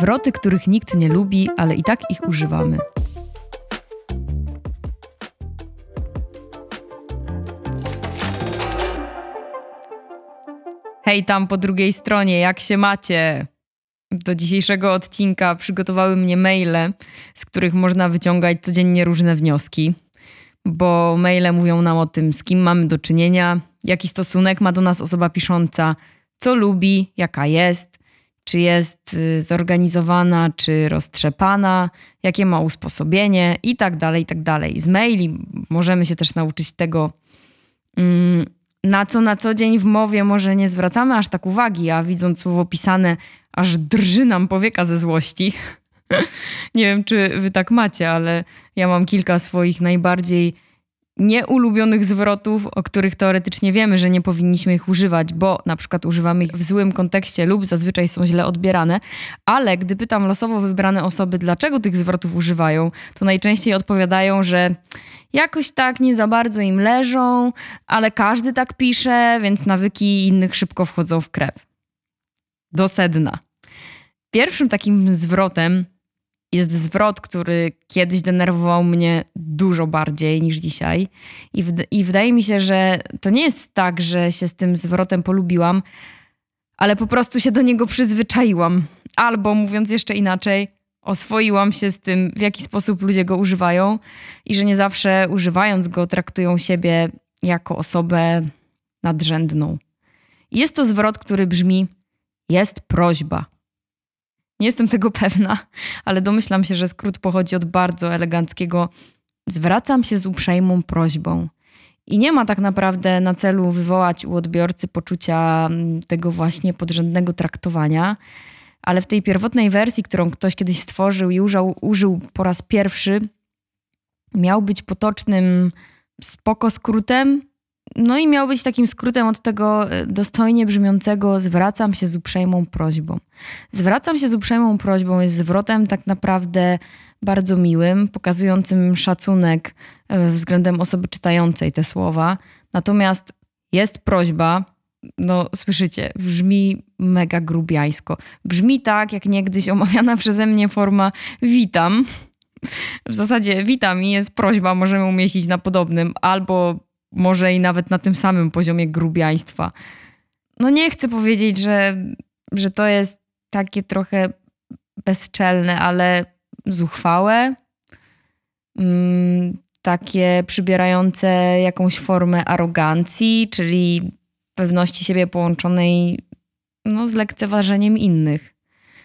Zwroty, których nikt nie lubi, ale i tak ich używamy. Hej tam po drugiej stronie, jak się macie? Do dzisiejszego odcinka przygotowały mnie maile, z których można wyciągać codziennie różne wnioski, bo maile mówią nam o tym, z kim mamy do czynienia, jaki stosunek ma do nas osoba pisząca, co lubi, jaka jest, czy jest zorganizowana, czy roztrzepana, jakie ma usposobienie i tak dalej, i tak dalej. Z maili możemy się też nauczyć tego, na co na co dzień w mowie może nie zwracamy aż tak uwagi, a widząc słowo pisane, aż drży nam powieka ze złości. Nie wiem, czy wy tak macie, ale ja mam kilka swoich najbardziej nieulubionych zwrotów, o których teoretycznie wiemy, że nie powinniśmy ich używać, bo na przykład używamy ich w złym kontekście lub zazwyczaj są źle odbierane, ale gdy pytam losowo wybrane osoby, dlaczego tych zwrotów używają, to najczęściej odpowiadają, że jakoś tak nie za bardzo im leżą, ale każdy tak pisze, więc nawyki innych szybko wchodzą w krew. Do sedna. Pierwszym takim zwrotem jest zwrot, który kiedyś denerwował mnie dużo bardziej niż dzisiaj. I wydaje mi się, że to nie jest tak, że się z tym zwrotem polubiłam, ale po prostu się do niego przyzwyczaiłam. Albo mówiąc jeszcze inaczej, oswoiłam się z tym, w jaki sposób ludzie go używają i że nie zawsze używając go traktują siebie jako osobę nadrzędną. I jest to zwrot, który brzmi: jest prośba. Nie jestem tego pewna, ale domyślam się, że skrót pochodzi od bardzo eleganckiego zwracam się z uprzejmą prośbą. I nie ma tak naprawdę na celu wywołać u odbiorcy poczucia tego właśnie podrzędnego traktowania, ale w tej pierwotnej wersji, którą ktoś kiedyś stworzył i użył po raz pierwszy, miał być potocznym spoko skrótem, no i miał być takim skrótem od tego dostojnie brzmiącego zwracam się z uprzejmą prośbą. Zwracam się z uprzejmą prośbą jest zwrotem tak naprawdę bardzo miłym, pokazującym szacunek względem osoby czytającej te słowa. Natomiast jest prośba, no słyszycie, brzmi mega grubiańsko. Brzmi tak, jak niegdyś omawiana przeze mnie forma witam. W zasadzie witam i jest prośba, możemy umieścić na podobnym, albo może i nawet na tym samym poziomie grubiaństwa. No nie chcę powiedzieć, że to jest takie trochę bezczelne, ale zuchwałe. Takie przybierające jakąś formę arogancji, czyli pewności siebie połączonej z lekceważeniem innych.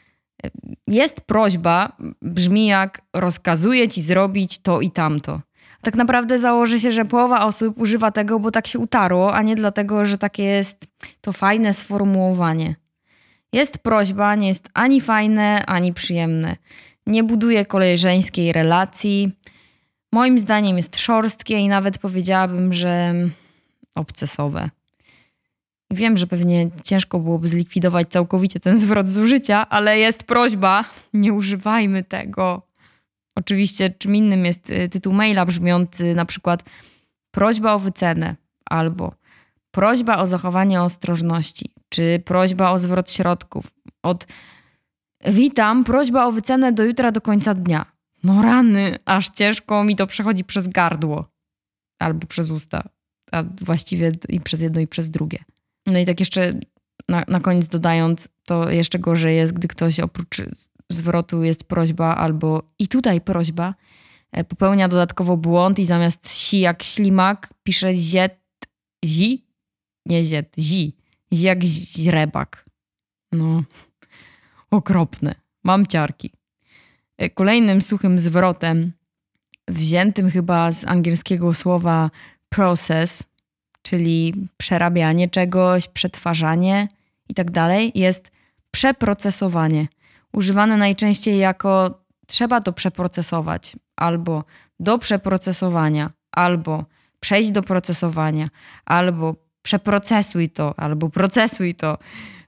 Jest prośba, brzmi jak rozkazuję ci zrobić to i tamto. Tak naprawdę założy się, że połowa osób używa tego, bo tak się utarło, a nie dlatego, że takie jest to fajne sformułowanie. Jest prośba, nie jest ani fajne, ani przyjemne. Nie buduje koleżeńskiej relacji. Moim zdaniem jest szorstkie i nawet powiedziałabym, że obcesowe. Wiem, że pewnie ciężko byłoby zlikwidować całkowicie ten zwrot z użycia, ale jest prośba, nie używajmy tego. Oczywiście czym innym jest tytuł maila brzmiący na przykład prośba o wycenę albo prośba o zachowanie ostrożności czy prośba o zwrot środków. Od witam, prośba o wycenę do jutra do końca dnia. No rany, aż ciężko mi to przechodzi przez gardło albo przez usta, a właściwie i przez jedno i przez drugie. No i tak jeszcze na koniec dodając, to jeszcze gorzej jest, gdy ktoś oprócz zwrotu jest prośba albo i tutaj prośba, popełnia dodatkowo błąd i zamiast si jak ślimak pisze ziet, zi? Nie ziet, zi. Zi jak źrebak. No, okropne. Mam ciarki. Kolejnym suchym zwrotem, wziętym chyba z angielskiego słowa process, czyli przerabianie czegoś, przetwarzanie i tak dalej, jest przeprocesowanie. Używane najczęściej jako trzeba to przeprocesować, albo do przeprocesowania, albo przejść do procesowania, albo przeprocesuj to, albo procesuj to.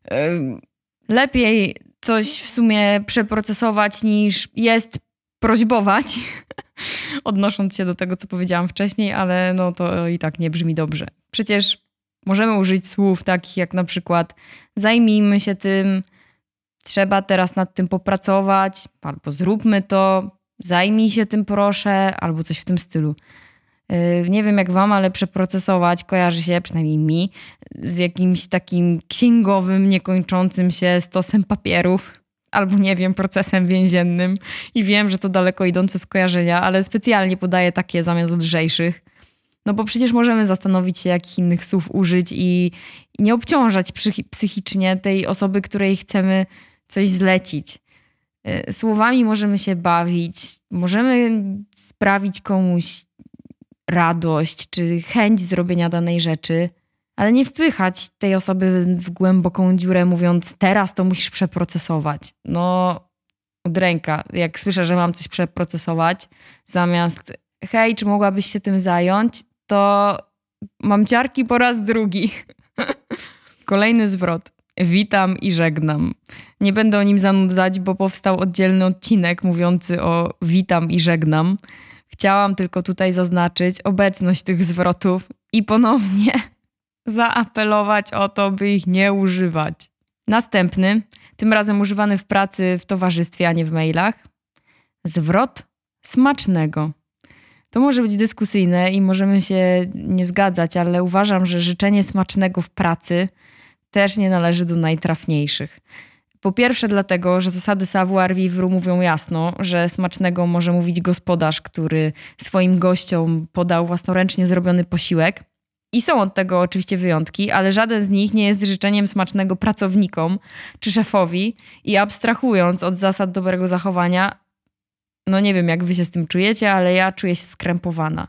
Lepiej coś w sumie przeprocesować niż jest prośbować, odnosząc się do tego, co powiedziałam wcześniej, ale no to i tak nie brzmi dobrze. Przecież możemy użyć słów takich jak na przykład zajmijmy się tym, trzeba teraz nad tym popracować, albo zróbmy to, zajmij się tym proszę, albo coś w tym stylu. Nie wiem jak wam, ale przeprocesować kojarzy się, przynajmniej mi, z jakimś takim księgowym, niekończącym się stosem papierów, albo nie wiem, procesem więziennym. I wiem, że to daleko idące skojarzenia, ale specjalnie podaję takie zamiast lżejszych. No bo przecież możemy zastanowić się, jakich innych słów użyć i nie obciążać psychicznie tej osoby, której chcemy coś zlecić. Słowami możemy się bawić, możemy sprawić komuś radość czy chęć zrobienia danej rzeczy, ale nie wpychać tej osoby w głęboką dziurę, mówiąc teraz to musisz przeprocesować. No, od ręka. Jak słyszę, że mam coś przeprocesować, zamiast hej, czy mogłabyś się tym zająć, to mam ciarki po raz drugi. Kolejny zwrot. Witam i żegnam. Nie będę o nim zanudzać, bo powstał oddzielny odcinek mówiący o witam i żegnam. Chciałam tylko tutaj zaznaczyć obecność tych zwrotów i ponownie zaapelować o to, by ich nie używać. Następny, tym razem używany w pracy, w towarzystwie, a nie w mailach. Zwrot smacznego. To może być dyskusyjne i możemy się nie zgadzać, ale uważam, że życzenie smacznego w pracy też nie należy do najtrafniejszych. Po pierwsze dlatego, że zasady savoir-vivre mówią jasno, że smacznego może mówić gospodarz, który swoim gościom podał własnoręcznie zrobiony posiłek. I są od tego oczywiście wyjątki, ale żaden z nich nie jest życzeniem smacznego pracownikom czy szefowi i abstrahując od zasad dobrego zachowania, no nie wiem jak wy się z tym czujecie, ale ja czuję się skrępowana.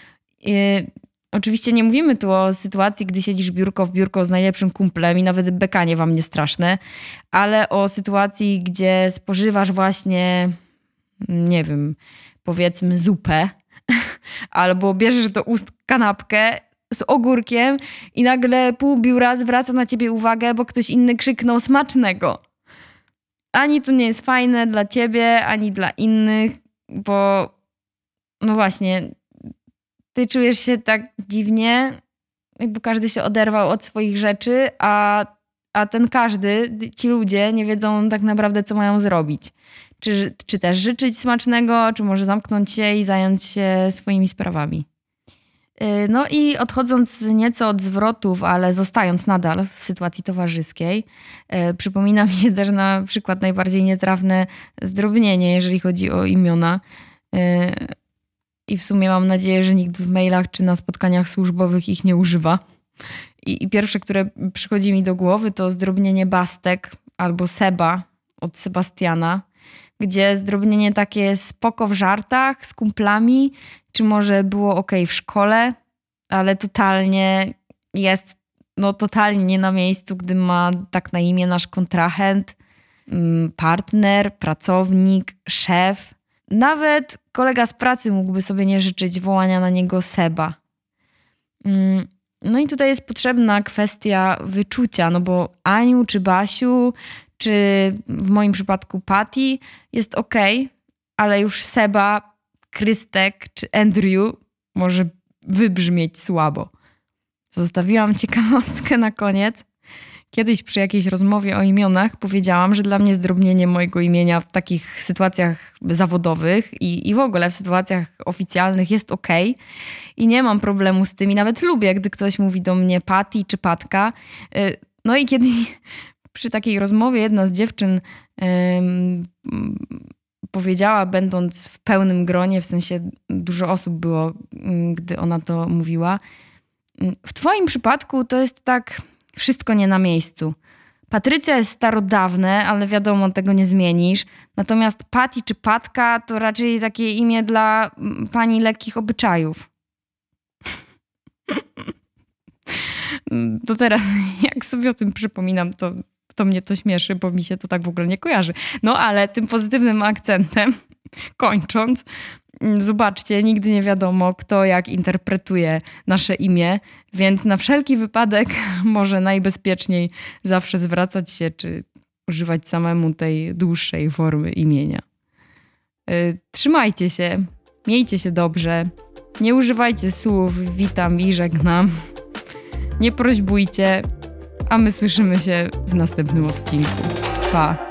Oczywiście nie mówimy tu o sytuacji, gdy siedzisz biurko w biurko z najlepszym kumplem i nawet bekanie wam nie straszne, ale o sytuacji, gdzie spożywasz właśnie, nie wiem, powiedzmy zupę albo bierzesz do ust kanapkę z ogórkiem i nagle pół biura zwraca na ciebie uwagę, bo ktoś inny krzyknął smacznego. Ani to nie jest fajne dla ciebie, ani dla innych, bo no właśnie, ty czujesz się tak dziwnie, jakby każdy się oderwał od swoich rzeczy, a ten każdy, ci ludzie nie wiedzą tak naprawdę, co mają zrobić. Czy też życzyć smacznego, czy może zamknąć się i zająć się swoimi sprawami. No i odchodząc nieco od zwrotów, ale zostając nadal w sytuacji towarzyskiej, przypomina mi się też na przykład najbardziej nietrafne zdrobnienie, jeżeli chodzi o imiona. I w sumie mam nadzieję, że nikt w mailach czy na spotkaniach służbowych ich nie używa. I pierwsze, które przychodzi mi do głowy, to zdrobnienie Bastek albo Seba od Sebastiana, gdzie zdrobnienie takie spoko w żartach z kumplami, czy może było okej w szkole, ale totalnie jest totalnie nie na miejscu, gdy ma tak na imię nasz kontrahent, partner, pracownik, szef. Nawet kolega z pracy mógłby sobie nie życzyć wołania na niego Seba. No i tutaj jest potrzebna kwestia wyczucia, no bo Aniu czy Basiu, czy w moim przypadku Patty jest okej, ale już Seba, Krystek czy Andrew może wybrzmieć słabo. Zostawiłam ciekawostkę na koniec. Kiedyś przy jakiejś rozmowie o imionach powiedziałam, że dla mnie zdrobnienie mojego imienia w takich sytuacjach zawodowych i w ogóle w sytuacjach oficjalnych jest okej. I nie mam problemu z tym i nawet lubię, gdy ktoś mówi do mnie Patty czy Patka. No i kiedyś przy takiej rozmowie jedna z dziewczyn powiedziała, będąc w pełnym gronie, w sensie dużo osób było, gdy ona to mówiła, w twoim przypadku to jest tak wszystko nie na miejscu. Patrycja jest starodawne, ale wiadomo, tego nie zmienisz. Natomiast Patty czy Patka to raczej takie imię dla pani lekkich obyczajów. To teraz, jak sobie o tym przypominam, to mnie to śmieszy, bo mi się to tak w ogóle nie kojarzy. No ale tym pozytywnym akcentem, kończąc, zobaczcie, nigdy nie wiadomo, kto jak interpretuje nasze imię, więc na wszelki wypadek może najbezpieczniej zawsze zwracać się, czy używać samemu tej dłuższej formy imienia. Trzymajcie się, miejcie się dobrze, nie używajcie słów witam i żegnam, nie prośbujcie, a my słyszymy się w następnym odcinku. Pa!